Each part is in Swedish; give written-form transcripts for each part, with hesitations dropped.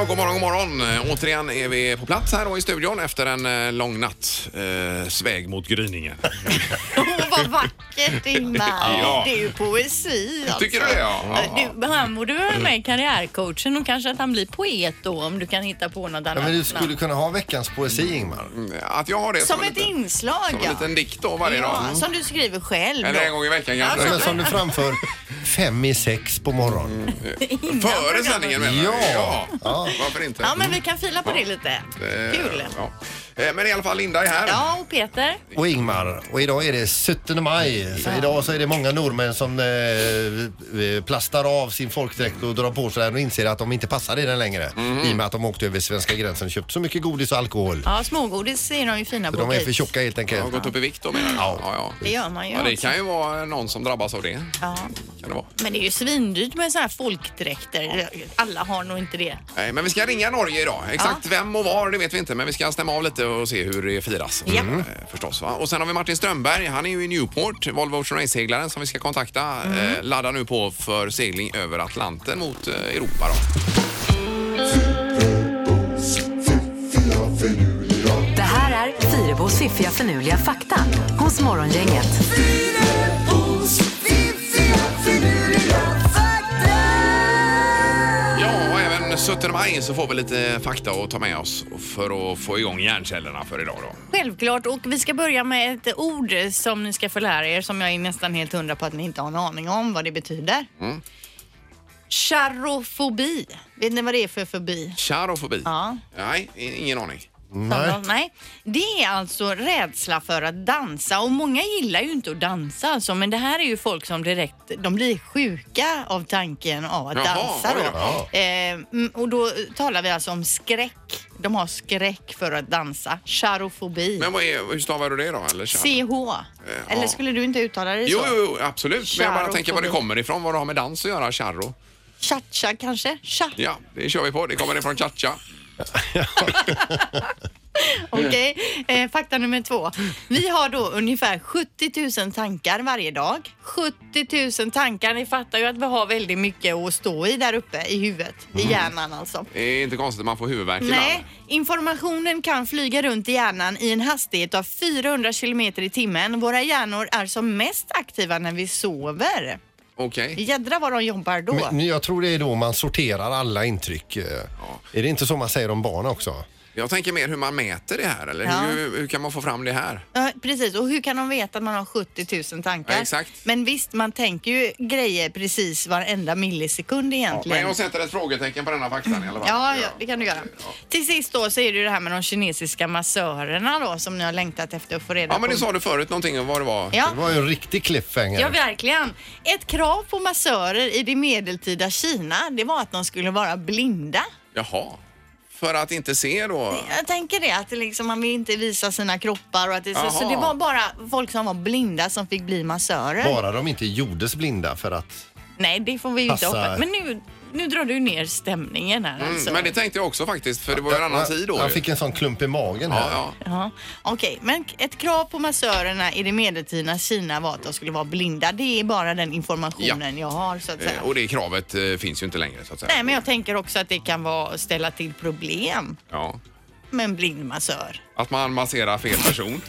god morgon. Återigen är vi på plats här i studion efter en lång natt. Sväg mot gryningen. Vad vackert, Ingmar. Ja. Det är ju poesi. Alltså. Tycker du det? Ja. Han borde vara med i karriärcoachen och kanske att han blir poet då om du kan hitta på något annat. Ja, men du skulle kunna ha veckans poesi, Ingmar. Att jag har det som ett inslag, som en liten dikt då varje dag. Som du skriver själv. Eller en gång i veckan kanske. Ja, men som du framför 5:06 på morgonen. Före sändningen menar du? Ja. Varför inte? Ja, men vi kan fila på det lite. Kul. Ja. Men i alla fall Linda är här. Ja, och Peter. Och Ingmar. Och idag är det 17 maj. Så idag så är det många norrmän som plastar av sin folkdräkt och drar på sig den och inser att de inte passar i den längre. I och med att de åkte över svenska gränsen och köpt så mycket godis och alkohol. Ja, smågodis är de ju fina Så på. de är för tjocka helt enkelt. Har gått upp i vikt då menar du? Ja. Det gör man ju. Ja, det kan ju vara någon som drabbas av det. Ja. Kan det vara. Men det är ju svindyrt med såna här folkdräkter. Alla har nog inte det. Nej, men vi ska ringa Norge idag. Exakt vem och var, det vet vi inte. Men vi ska stämma av lite och se hur det firas. Ja. Förstås, va? Och sen har vi Martin Strömberg. Han är ju i Newport, Volvo Ocean Race-seglaren som vi ska kontakta. Laddar nu på för segling över Atlanten mot Europa då. Det här är Fyrebos fiffiga förnuliga fakta hos Morgongänget. Ja, och även 17 maj så får vi lite fakta att ta med oss för att få igång hjärncellerna för idag då. Självklart, och vi ska börja med ett ord som ni ska få lära er som jag är nästan helt hundra på att ni inte har en aning om vad det betyder. Charofobi. Vet ni vad det är för fobi? Charofobi? Ja. Nej, ingen aning. Nej. Det är alltså rädsla för att dansa, och många gillar ju inte att dansa alltså, men det här är ju folk som direkt, de blir sjuka av tanken av att dansa då. Och då talar vi alltså om skräck. De har skräck för att dansa. Charofobi. Men hur stavar du det då? Eller CH. Eller skulle du inte uttala det så? Jo, absolut. Men jag bara tänker var det Charofobi. kommer ifrån, vad det har med dans att göra, charro. Cha-cha kanske? Cha. Ja, det kör vi på. Det kommer ifrån cha-cha. Okej, fakta nummer 2. Vi har då ungefär 70 000 tankar varje dag. 70 000 tankar, ni fattar ju att vi har väldigt mycket att stå i där uppe i huvudet, i hjärnan alltså. Det är inte konstigt att man får huvudvärk Nej, ibland. informationen kan flyga runt i hjärnan i en hastighet av 400 kilometer i timmen. Våra hjärnor är som mest aktiva när vi sover. Okej. Jädra vad de jobbar då. Men jag tror det är då man sorterar alla intryck. Är det inte så man säger om barn också? Jag tänker mer hur man mäter det här, eller Ja. hur kan man få fram det här? Ja, precis. Och hur kan de veta att man har 70 000 tankar? Ja, exakt. Men visst, man tänker ju grejer precis varenda millisekund Ja, egentligen. men jag sätter ett frågetecken på denna faktan i alla fall. Ja, det kan du göra. Till sist då så är det ju det här med de kinesiska massörerna då som ni har längtat efter att få reda på. Ja, men det sa du förut någonting om vad det var. Ja. Det var ju en riktig cliffhanger. Ja, verkligen. Ett krav på massörer i det medeltida Kina, det var att de skulle vara blinda. Jaha. För att inte se då? Jag tänker det, att det liksom, man vill inte visa sina kroppar och att det, så det var bara folk som var blinda som fick bli massörer. Bara de inte gjordes blinda för att... Nej, det får vi ju inte Passa. hoppas. Men nu drar du ner stämningen här alltså. Men det tänkte jag också faktiskt, för det var ju en annan tid då. Jag fick en sån klump i magen här. Ja. Ja, okej. Men ett krav på massörerna i det medeltida Kina var att de skulle vara blinda. Det är bara den informationen jag har så att säga. Och det kravet finns ju inte längre så att säga. Nej, men jag tänker också att det kan ställa till problem Ja. med en blind massör. Att man masserar fel person.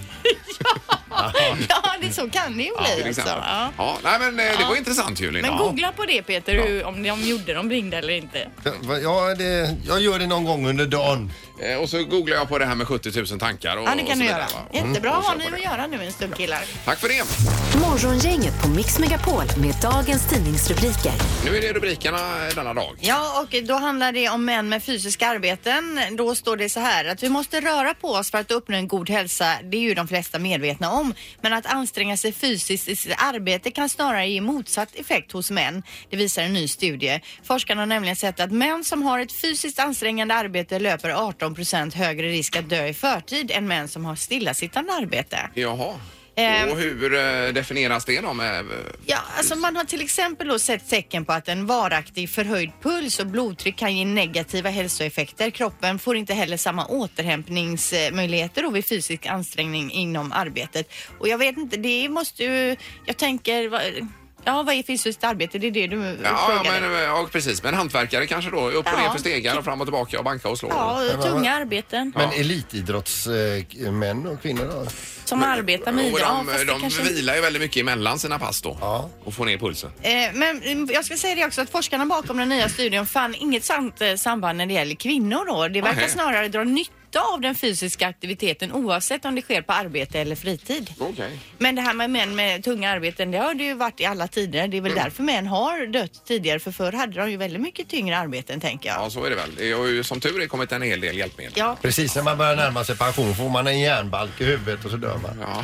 Ja, det så kan det ju till bli alltså. exempel. Ja. Ja, nej men det var intressant ju, Linda. Men googla på det Peter, om de gjorde dem blinda eller inte. Ja, jag gör det någon gång under dagen. Och så googlar jag på det här med 70 000 tankar. Och, Ja, det kan och du så göra. vidare, va? Jättebra Och har kör ni på att det. göra nu en stund killar. Tack för det. Morgongänget på Mix Megapol med dagens tidningsrubriker. Nu är det rubrikerna denna dag. Ja, och då handlar det om män med fysiska arbeten. Då står det så här att vi måste röra på oss för att uppnå en god hälsa. Det är ju de flesta medvetna om. Men att anstränga sig fysiskt i sitt arbete kan snarare ge motsatt effekt hos män. Det visar en ny studie. Forskarna har nämligen sett att män som har ett fysiskt ansträngande arbete löper 18% högre risk att dö i förtid än män som har stillasittande arbete. Jaha. Och hur definieras det då med... Ja, alltså man har till exempel då sett tecken på att en varaktig förhöjd puls och blodtryck kan ge negativa hälsoeffekter. Kroppen får inte heller samma återhämtningsmöjligheter då vid fysisk ansträngning inom arbetet. Och jag vet inte, det måste ju... Jag tänker... Ja, vad är fysiskt arbete? Det är det du Ja, frågade. precis. Men hantverkare kanske då, upp och ner för stegar och fram och tillbaka och banka och slå. Ja, tunga arbeten. Men elitidrottsmän och kvinnor då? Som arbetar med de vilar ju väldigt mycket emellan sina pass då. Ja. Och får ner pulsen. Men jag ska säga det också att forskarna bakom den nya studien fann inget samband när det gäller kvinnor då. Det verkar snarare dra nytta av den fysiska aktiviteten oavsett om det sker på arbete eller fritid. Okay. Men det här med män med tunga arbeten, det har det ju varit i alla tider. Det är väl därför män har dött tidigare, för förr hade de ju väldigt mycket tyngre arbeten, tänker jag. Ja, så är det väl. Det har ju som tur är kommit en hel del hjälpmedel. Ja. Precis, när man börjar närma sig pension får man en järnbalk i huvudet och så dör man. Ja.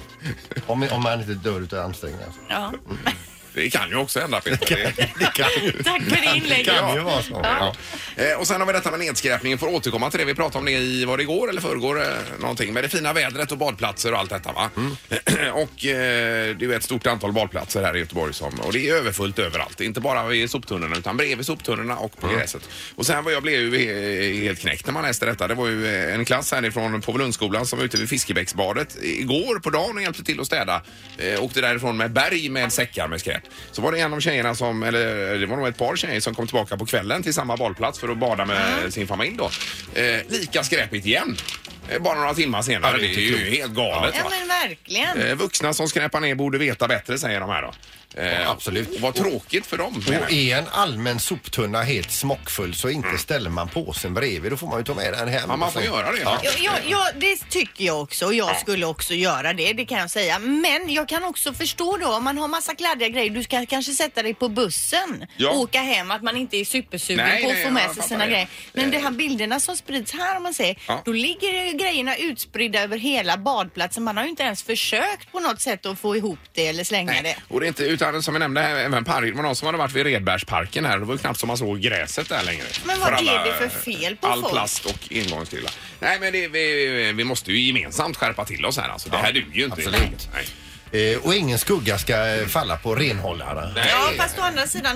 Om man inte dör utav ansträngningar. Ja. Det kan ju också hända, Peter. Tack för det inlägget. Det kan ju vara så. Ja. Och sen har vi detta med nedskräpningen. Får återkomma till det. Vi pratade om det i, var det igår eller förrgår någonting. Med det fina vädret och badplatser och allt detta, va? Och det är ett stort antal badplatser här i Göteborg och det är överfullt överallt. Inte bara vid soptunnorna utan bredvid soptunnorna och på gräset. Och sen jag blev ju helt knäckt när man läste detta. Det var ju en klass härifrån Påvelundsskolan som var ute vid Fiskebäcksbadet igår på dagen och hjälpte till att städa. Åkte därifrån med berg med säckar med skräp. Så var det en av tjejerna det var nog ett par tjejer som kom tillbaka på kvällen till samma badplats för att bada med sin familj då. Lika skräpigt igen. Bara några timmar senare. Det är ju helt galet. Ja, men verkligen. Vuxna som skräpar ner borde veta bättre, säger de här då. Absolut. Vad tråkigt för dem. Och är en allmän soptunna helt smockfull så inte ställer man påsen bredvid. Då får man ju ta med den hem. Ja, man får göra det. Ja, det tycker jag också. Och jag skulle också göra det kan jag säga. Men jag kan också förstå då, om man har massa kladdiga grejer, du ska kanske sätta dig på bussen och åka hem, att man inte är supersugen på att få med sig sina grejer. Men de här bilderna som sprids här, om man säger, då ligger grejerna utspridda över hela badplatsen. Man har ju inte ens försökt på något sätt att få ihop det eller slänga det. Och det är inte, utan som jag nämnde, även det var någon som hade varit vid Redbergsparken här. Det var ju knappt som man såg gräset där längre. Men vad är det för fel på all folk? Plast och engångsgrillar. Nej, men vi måste ju gemensamt skärpa till oss här. Alltså, det här duger ju inte. Absolut. Nej. Och ingen skugga ska falla på renhållare. Ja, fast å andra sidan,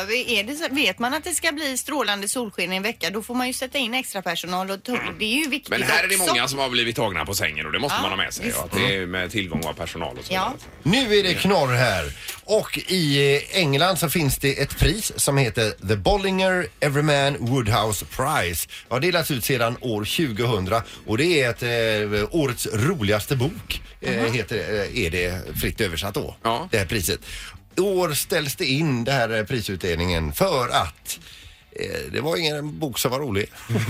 vet man att det ska bli strålande solsken i en vecka, då får man ju sätta in extra personal och det är ju viktigt. Men här är det också. många som har blivit tagna på sängen och det måste man ha med sig. Att det är med tillgång av personal och så vidare. Nu är det knorr här. Och i England så finns det ett pris som heter The Bollinger Everyman Woodhouse Prize. Det har delats ut sedan år 2000 och det är ett årets roligaste bok. Är det fritt översatt då, det här priset. I år ställs det in, det här prisutdelningen, för att det var ingen bok som var rolig.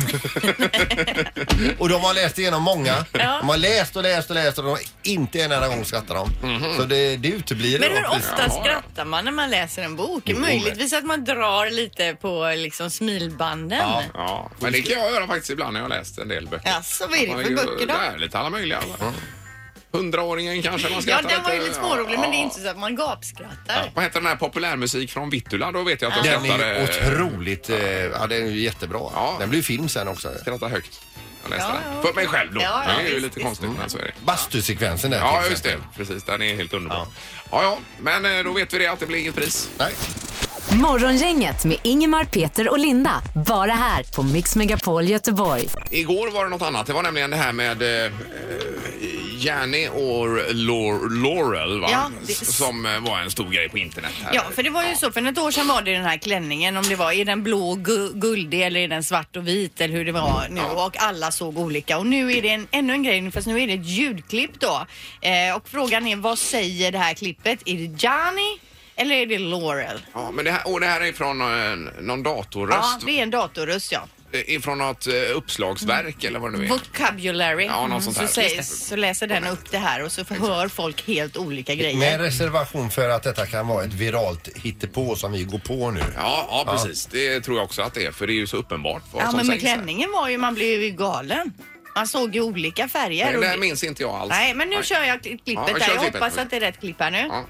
Och de har läst igenom många. De har läst och de har inte en enda gång skrattat dem. Så det uteblir. Men hur ofta skrattar man när man läser en bok? Möjligtvis att man drar lite på liksom smilbanden. Ja, men det kan jag göra faktiskt ibland när jag har läst en del böcker. Ja, så vad är det för böcker då? Det är lite alla möjliga. 100-åringen kanske man skrattar lite. Ja, den var ju lite smårolig, men det är inte så att man gapskrattar. Vad heter den här populärmusik från Vittula? Då vet jag att de den skrattar. är otroligt, den är ju jättebra. Den blir film sen också. Skrattar högt. Jag läste den. För mig själv då. Det är ju lite konstigt, men så är det. Bastusekvensen där. Ja, just det. Precis, den är helt underbar. Ja, men då vet vi det att det blir inget pris. Nej. Morgongänget med Ingemar, Peter och Linda. Bara här på Mix Megapol Göteborg. Igår var det något annat. Det var nämligen det här med Janny och Laurel, va? Ja, som var en stor grej på internet här. Ja, för det var ju så. För ett år sedan var det den här klänningen. Om det var i den blå guldig eller i den svart och vit eller hur det var nu. Och alla såg olika. Och nu är det ännu en grej. Fast nu är det ett ljudklipp då. Och frågan är, vad säger det här klippet? Är det Janny? Eller är det Laurel? Ja, men det här är från någon datorröst. Ja, det är en datorröst, ja. Ifrån något uppslagsverk eller vad det nu är. Vocabulary. Ja, något sånt här. Så läser den upp det här och så hör folk helt olika grejer. Med reservation för att detta kan vara ett viralt hittepå som vi går på nu. Ja, precis. Det tror jag också att det är, för det är ju så uppenbart vad som men med sägs klänningen var ju, man blev ju galen. Man såg ju olika färger. Men det här minns inte jag alls. Nej, men nu kör jag klippet där. Jag hoppas att det är rätt klipp här nu. Ja.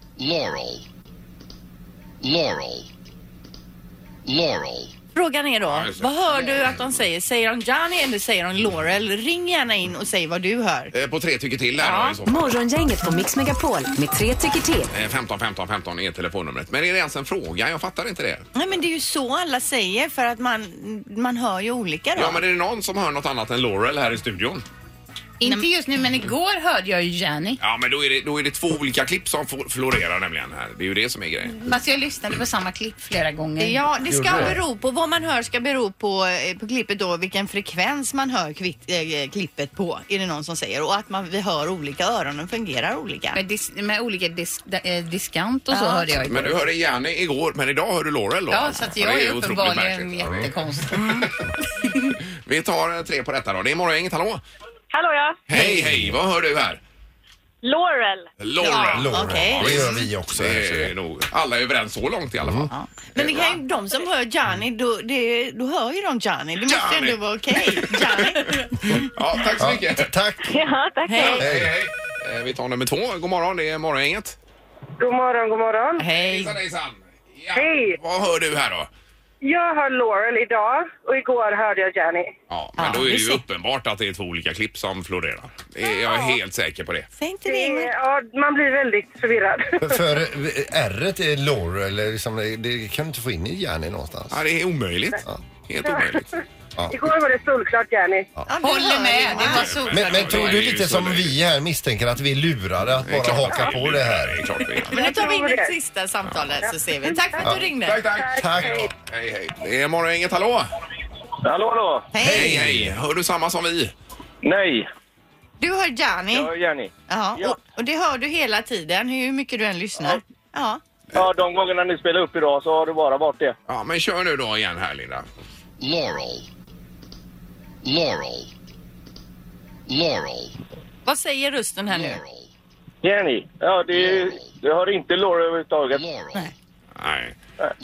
Laurel. Frågan är då, vad hör du att de säger? Säger de Janny eller säger de Laurel? Ring gärna in och säg vad du hör. På 3 tycker till där. Ja. Morgongänget på Mix Megapol med 3 tycker till. 15 15 15 är telefonnumret. Men är det ens en fråga? Jag fattar inte det. Nej, men det är ju så alla säger, för att man hör ju olika då. Ja, men är det någon som hör något annat än Laurel här i studion? Inte just nu, men igår hörde jag ju Jenny. Ja, men då är det två olika klipp som florerar nämligen här. Det är ju det som är grejen. Fast jag lyssnade på samma klipp flera gånger. Ja, det ska bero på vad man hör, ska bero på klippet då, vilken frekvens man hör klippet på, är det någon som säger. Och att vi hör olika, öronen fungerar olika. Med olika diskant och så hörde jag igår. Men du hörde Jenny igår, men idag hör du Laurel då? Ja, så att jag är uppenbarligen märkligt. jättekonstig. Vi tar 3 på detta då. Det är Morgongänget, hallå? Hallå ja. Hej, vad hör du här? Laurel. Laurel. Okej. Det gör vi också. Det är nog, alla är överens så långt i alla fall. Ja. Men det kan ju, de som hör Johnny, då hör ju de Johnny. Det måste ju Johnny. ändå vara okej. Johnny. Ja, tack så mycket. Tack. Ja, tack. Hej. Vi tar nummer 2. God morgon, det är Morgongänget. God morgon, god morgon. Hej. Hejsan. Ja. Hej. Vad hör du här då? Jag hör Laurel idag och igår hörde jag Jenny. Ja, men Ja, då är det vi ju ser. uppenbart att det är 2 olika klipp som florerar. Jag är helt säker på det. Säg inte det, Ingmar. Ja, man blir väldigt förvirrad. För R-et är Laurel, liksom, det kan du inte få in i Jenny någonstans. Ja, det är omöjligt. Helt omöjligt. Igår var det solklart Jenny. Ja, du Håller hör med, ju. det var så. Men tror det du är ju lite så som löjligt. vi här misstänker att vi är lurade att bara haka på det Det här? är klart vi är. Men nu tar vi in Jag tror det det. sista samtalet så ser vi. Tack för att du ringde. Tack. Tack. Hej. Det är Morgongänget, hallå? Hallå? Hej. Hör du samma som vi? Nej, Du hör Johnny. jag är Jenny. Ja, Ja. och det hör du hela tiden, hur mycket du än lyssnar. Ja. Ja, de gångerna ni spelar upp idag så har det bara varit det. Ja, men kör nu då igen här, Linda. Laurel. Vad säger rösten här nu? Jenny, ja det har inte Laura överhuvudtaget. Nej.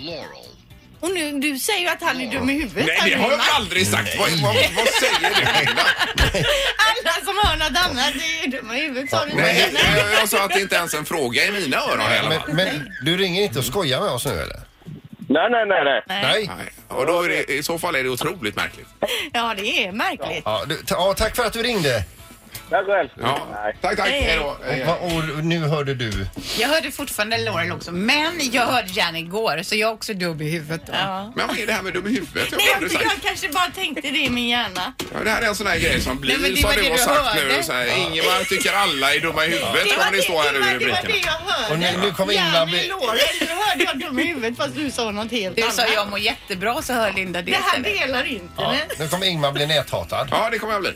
Och nu, du säger ju att han är dum i huvudet. Nej, här det nu, har jag va? aldrig sagt. Vad säger du, Linda? Alla som hör något annat är ju dumma i huvudet, sa du. Nej, jag sa att det inte ens är en fråga i mina öron i alla fall. Men du ringer inte och skojar med oss nu eller? Nej. Nej. Nej. Och då är det, i så fall är det otroligt märkligt. Ja, det är märkligt. Ja, tack för att du ringde. Tack själv. Ja. Nej. Tack. Hej då. Och nu hörde du. Jag hörde fortfarande Laurel också, men jag hörde Jenny igår, så jag är också dum i huvudet då. Ja. Men vad är det här med dum i huvudet? Nej, aldrig sagt. jag kanske bara tänkte det i min hjärna. Ja, det här är en sån här grej som blir Nej, men det som var du det har du sagt hörde. nu. Så här, Ingemar tycker alla är dumma i huvudet. Kommer det stå här nu i det var rubrikerna? det jag hörde. Och nu kommer Ingmar Janne bli... Laurel, nu hörde jag dum i huvudet fast du sa något helt Du annat. sa jag mår jättebra, så hör Linda det Det här istället. delar Ja, internet. nu kommer Ingmar bli näthatad. Ja, det kommer jag bli.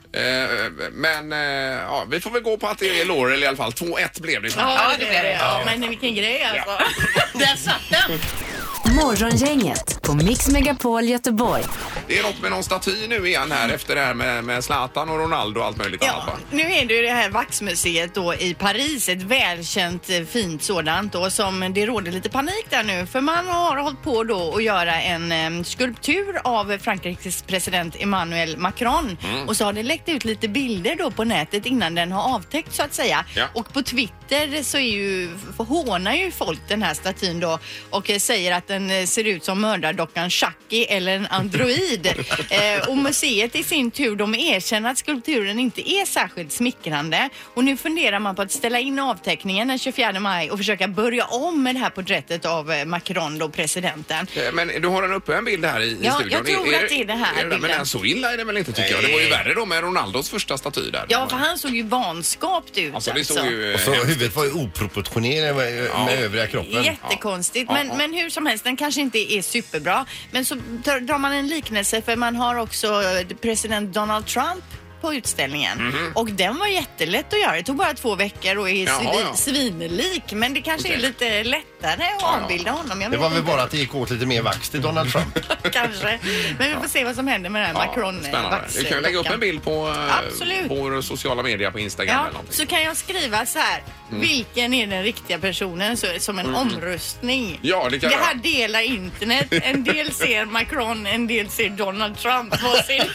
Men ja, vi får väl gå på att det är Laurel i alla fall. 2-1 blev det. Ja, det blir det. Ja, men vilken grej alltså. Där satt den! Morgongänget på Mix Megapol Göteborg. Det är något med någon staty nu igen här efter det här med Zlatan och Ronaldo och allt möjligt annat, Ja, va? nu är det ju det här Vaxmuseet då i Paris, ett välkänt fint sådant då, som det råder lite panik där nu, för man har hållit på då att göra en skulptur av Frankrikes president Emmanuel Macron och så har det läckt ut lite bilder då på nätet innan den har avtäckt så att säga. Ja. Och på Twitter så är hånar ju folk den här statyn då och säger att den ser ut som mördardockan Chucky eller en android. Och museet i sin tur, de erkänner att skulpturen inte är särskilt smickrande. Och nu funderar man på att ställa in avteckningen den 24 maj och försöka börja om med det här porträttet av Macron då, presidenten. Men du har en bild här i Ja, studion. jag tror att det är det här Men bilden. så illa är det väl inte tycker jag. Det var ju värre då med Ronaldos första staty där. Ja, för han såg ju vanskapt ut Alltså det såg ju... Och så huvudet var ju oproportionerligt med övriga kroppen. Jättekonstigt. Ja. Men hur som helst, den kanske inte är superbra. Men så drar man en liknelse, för man har också president Donald Trump på utställningen. Och den var jättelätt att göra. Det tog bara 2 veckor och är Jaha, ja. svinlik. Men det kanske är lite lättare att avbilda honom. Jag Det vet var väl inte. bara att det gick åt lite mer vax till Donald Trump. Kanske. Men vi får se vad som händer med den här Macron. Spännande. Du kan ju lägga upp en bild på Absolut. vår sociala medier på Instagram Ja, eller någonting. så kan jag skriva så här. Vilken är den riktiga personen? Så, som en omröstning. Ja, det kan Det jag. här delar internet. En del ser Macron, en del ser Donald Trump. Vad ser...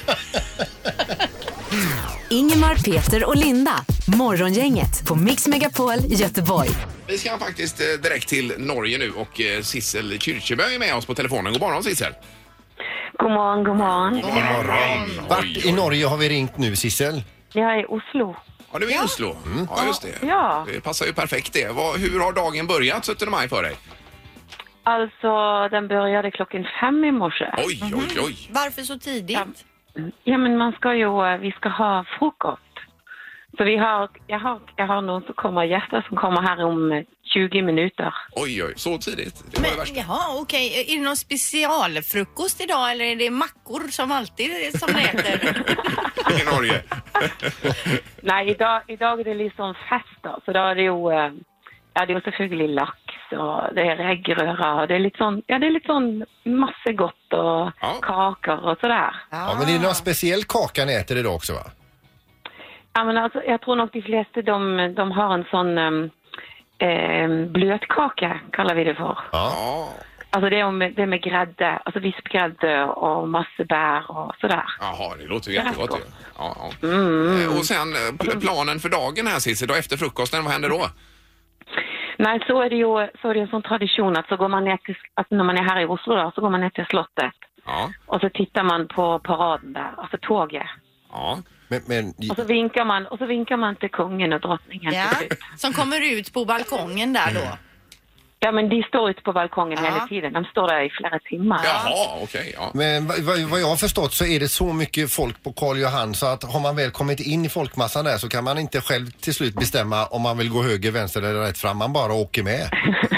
Ingemar, Peter och Linda. Morgongänget på Mix Megapol Göteborg. Vi ska faktiskt direkt till Norge nu och Sissel Kyrkjebø är med oss på telefonen. God morgon Sissel. God morgon, god morgon. God morgon. Vart i Norge har vi ringt nu, Sissel? Jag är i Oslo. Ja, du är i Oslo. Ja, just det. Ja. Det passar ju perfekt det. Hur har dagen börjat 17 maj för dig? Alltså, den började 5:00 i morse. Oj. Varför så tidigt? Ja, men vi ska ha frukost. Så jag har någon som kommer, gäster som kommer här om 20 minuter. Oj, så tidigt. Det var det värsta. Jaha, okej. Är det någon specialfrukost idag eller är det mackor som alltid som det heter? I Norge. Nej, idag är det liksom fest då. Så då är det ju, det är selvfølgelig lax och det är äggröra och det är lite sån massa gott och kakor och sådär. Ja, men det är någon speciell kaka ni äter idag också, va? Ja, men alltså, jag tror nog de flesta de har en sån blötkaka kallar vi det för. Ja. Alltså det är med grädde, alltså vispgrädde och massa bär och sådär. Jaha, det låter ju jättegott ju. Ja. Och sen planen för dagen här Cissi, då efter frukosten, vad händer då? Nej, så är det en sån tradition att så går man ner till, alltså när man är här i Oslo då, så går man ner till slottet. Ja. Och så tittar man på paraden där, alltså tåget. Ja. Men... Och så vinkar man till kungen och drottningen. Ja, som kommer ut på balkongen där då. Ja, men de står ute på balkongen hela tiden. De står där i flera timmar. Jaha, okej. Ja. Men vad jag har förstått så är det så mycket folk på Karl Johan så att har man väl kommit in i folkmassan där så kan man inte själv till slut bestämma om man vill gå höger, vänster eller rätt fram. Man bara åker med.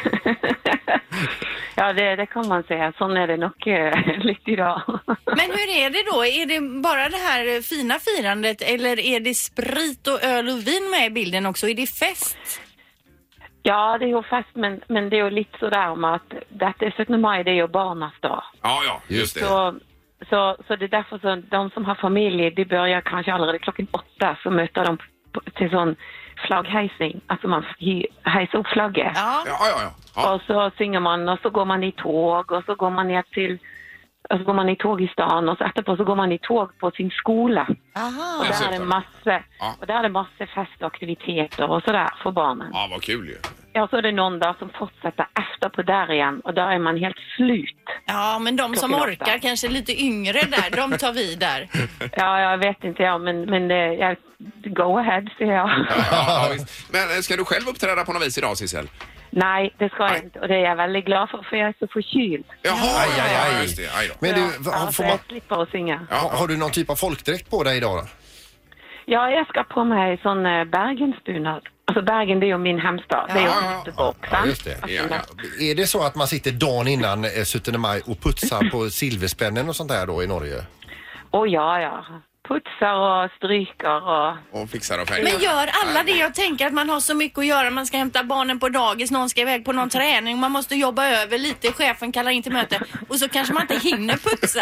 Ja, det kan man säga. Så är det nog lite idag. Men hur är det då? Är det bara det här fina firandet eller är det sprit och öl och vin med i bilden också? Är det fest? Ja, det är ju fest, men det är ju lite sådär om att det 17 maj det är ju barnas dag. Ja, just det. Så det är därför så de som har familj, de börjar kanske allerede 8:00 så möter de till sån flagghejsning. Alltså man hejsar upp flagget. Ja. Och så synger man och så går man i tåg och så går man ner till... Och så går man i tåg i stan och så efterpå så går man i tåg på sin skola. Aha. Och där är det massa festaktiviteter och sådär för barnen. Ja, vad kul ju. Ja, så är det någon där som fortsätter efter på där igen och där är man helt slut. Ja, men de som orkar, kanske lite yngre där, de tar vid där. Ja, jag vet inte, men go ahead, säger jag. Ja, visst. Men ska du själv uppträda på något vis idag, Sissel? Nej, det ska jag inte. Och det är jag väldigt glad för jag är så förkyld. Jaha, Aj. just det. Aj då. Men du, Så jag slipper att synga. har du någon typ av folkdräkt på dig idag då? Ja, jag ska på mig sån Bergensbunad. Alltså Bergen, det är ju min hemstad. Det är ju Göteborg, sant? Just det. Alltså, Är det så att man sitter dagen innan 17 maj och putsar på silverspännen och sånt där då i Norge? Ja. Putsar och stryker och fixar och fänger. Men gör alla det? Jag tänker att man har så mycket att göra. Man ska hämta barnen på dagis, någon ska iväg på någon träning. Man måste jobba över lite, chefen kallar in till möte. Och så kanske man inte hinner putsa.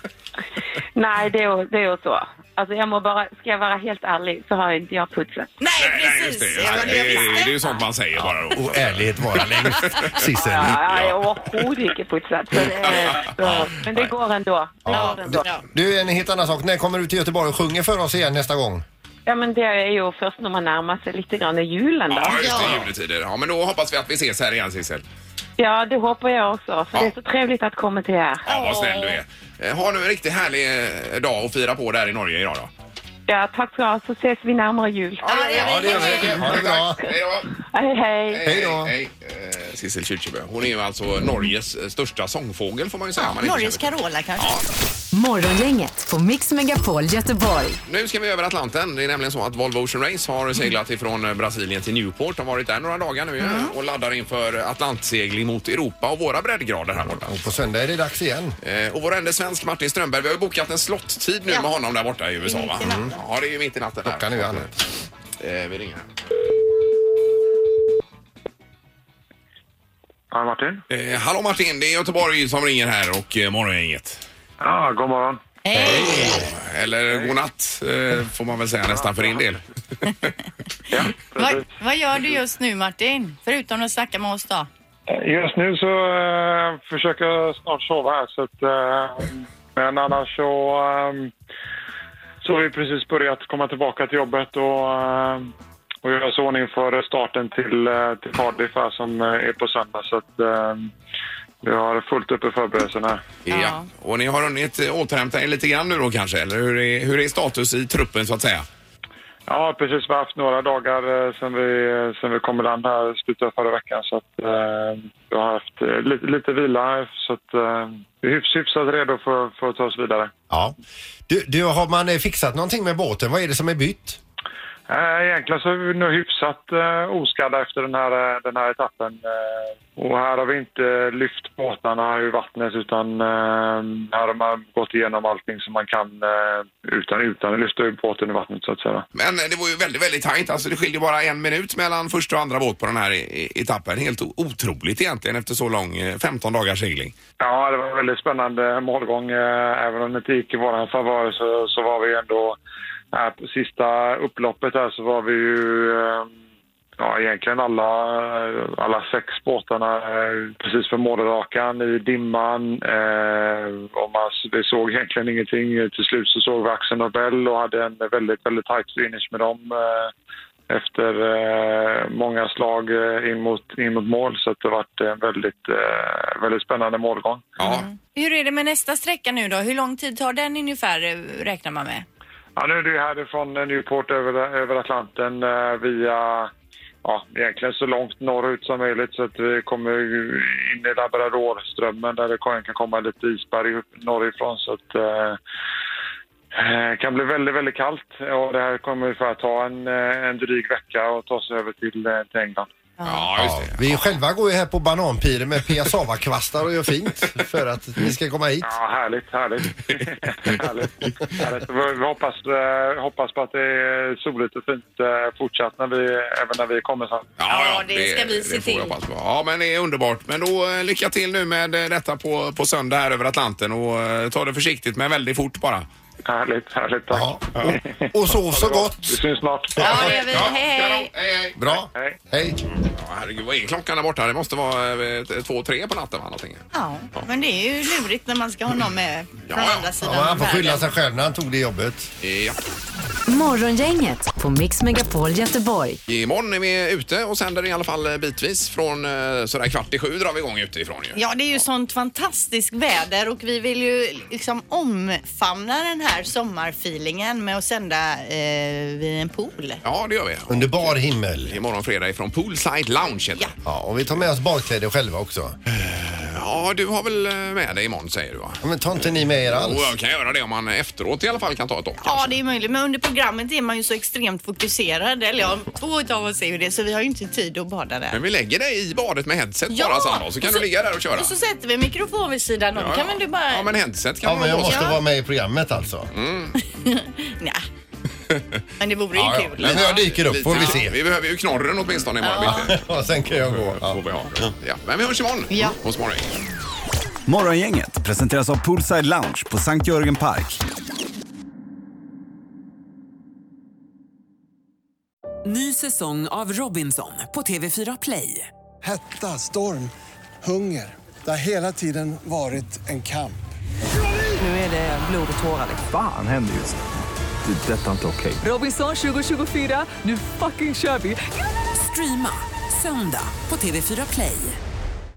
Nej, det är ju så. Alltså ska jag vara helt ärlig så har inte jag putsat. Nej, precis. Just det. Det är ju sånt man säger bara då. Och ärlighet vara längst, Sissel. Ja, jag har inte putsat. Men det går ändå. Du, en helt annan sak. När kommer du till Göteborg och sjunger för oss igen nästa gång? Ja, men det är ju först när man närmar sig lite grann i julen då. Ja, just det, juletider. Ja, men då hoppas vi att vi ses här igen, Sissel. Ja, det hoppas jag också. För det är så trevligt att komma till er. Ja, vad snäll du är. Ha nu en riktigt härlig dag och fira på där i Norge idag då. Ja, tack så mycket. Så ses vi närmare jul. Ja, det gör vi. Ha det bra. Hej då. Hej. Sissel Kyrkjebø. Hon är ju alltså Norges största sångfågel får man ju säga. Ja, Norges Carola kanske. Morgongänget på Mix Megapol Göteborg. Nu ska vi över Atlanten. Det är nämligen så att Volvo Ocean Race har seglat ifrån Brasilien till Newport. Har varit där några dagar nu och laddar inför atlantsegling mot Europa och våra breddgrader här borta. Och på söndag är det dags igen. Och vår enda svensk Martin Strömberg, vi har ju bokat en slottid nu med honom där borta i USA, va? Ja, det är ju mitt i natten. Klockan är ju vi ringer. Ja, Martin? Hallå Martin, det är Göteborg som ringer här och morgongänget. Ja, god morgon. Hej! Eller god natt får man väl säga nästan för din del. Ja, Vad gör du just nu, Martin? Förutom att snacka med oss då? just nu så försöker jag snart sova här. Så att, men annars så har vi precis börjat komma tillbaka till jobbet och göra så ordning för starten till Cardiff här som är på söndag. Så att vi har fullt upp i förberedelserna. Ja, och ni har hunnit återhämta er lite grann nu då kanske? Eller hur är status i truppen så att säga? Ja, precis. Vi har haft några dagar sen vi kom i land här slutet av förra veckan. Så att vi har haft lite vila så att vi är hyfsat redo för att ta oss vidare. Ja. Du, har man fixat någonting med båten? Vad är det som är bytt? Egentligen så är vi nu hyfsat oskadda efter den här etappen. Och här har vi inte lyft båtarna ur vattnet utan här har man gått igenom allting som man kan utan att lyfta ur båten ur vattnet så att säga. Men det var ju väldigt, väldigt tajt. Alltså det skiljer bara 1 minut mellan första och andra båt på den här etappen. Helt otroligt egentligen efter så lång 15 dagars segling. Ja, det var en väldigt spännande målgång. Även om det inte gick i våran favör så var vi ändå här på sista upploppet där så var vi ju egentligen alla 6 båtarna precis för målrakan i dimman. Vi såg egentligen ingenting. Till slut så såg vi Axel Nobel och hade en väldigt, väldigt tight finish med dem efter många slag in mot mål. Så att det var en väldigt, väldigt spännande målgång. Ja. Hur är det med nästa sträcka nu då? Hur lång tid tar den ungefär, räknar man med? Ja, nu är det härifrån Newport över Atlanten via egentligen så långt norrut som möjligt så att vi kommer in i Labradorströmmen där det kan komma lite isberg norrifrån så att det kan bli väldigt, väldigt kallt och det här kommer för att ta en dryg vecka och ta sig över till England. Ja, just det. Vi själva går ju här på bananpiren med piassava-kvastar och gör fint för att ni ska komma hit. Ja, härligt. härligt. Vi hoppas på att det är soligt och fint fortsatt även när vi kommer sen. Ja, det ska vi se till. Ja, men det är underbart. Men då lycka till nu med detta på söndag här över Atlanten och ta det försiktigt men väldigt fort bara. Härligt, tack. Ja. Och sov så gott. Vi syns snart. Ja, det gör vi. Hej. Bra. Hej. Ja, herregud, vad är klockan där borta? Det måste vara 2-3 på natten, va? Någonting. Ja, men det är ju lurigt när man ska ha någon med från andra sidan Ja, han får av skylla världen. sig själv när han tog det jobbet. Ja. Morgongänget på Mix Megapol Göteborg. Imorgon är vi ute och sänder i alla fall bitvis från sådär 6:15 drar vi igång utifrån ju. Ja, det är ju sånt fantastiskt väder och vi vill ju liksom omfamna den här sommarfeelingen med att sända vid en pool. Ja, det gör vi. Under bar himmel. Imorgon fredag ifrån Poolside Lounge. Ja. Ja, och vi tar med oss badkläder själva också. Ja, du har väl med dig imorgon säger du, va? Ja, men tar inte ni med er alls? Och jag kan göra det om man efteråt i alla fall kan ta ett dock. Ja, det är möjligt. Men under programmet är man ju så extremt fokuserad. Eller ja, 2 av oss är ju det. Så vi har ju inte tid att bada där. Men vi lägger dig i badet med headset bara sen då, så kan du ligga där och köra. Och så sätter vi mikrofon vid sidan om. Kan väl du bara... Ja, men headset kan Ja, man men jag ha på sig. måste vara med i programmet alltså. Nej. Men det vore ju Ja, kul. men jag dyker upp, får vi se. Vi behöver ju knorren åtminstone imorgon bitti. Ja, sen kan jag gå. Får vi ha. Ja. Men vi hörs imorgon. Ja. Hos morgon. Morgongänget presenteras av Poolside Lounge på Sankt Jörgen Park. Ny säsong av Robinson på TV4 Play. Hetta, storm, hunger. Det har hela tiden varit en kamp. Nu är det blod och tårar. Fan händer just det. Detta är inte okej. Robinson 2024, nu fucking kör vi. Streama söndag på TV4 Play.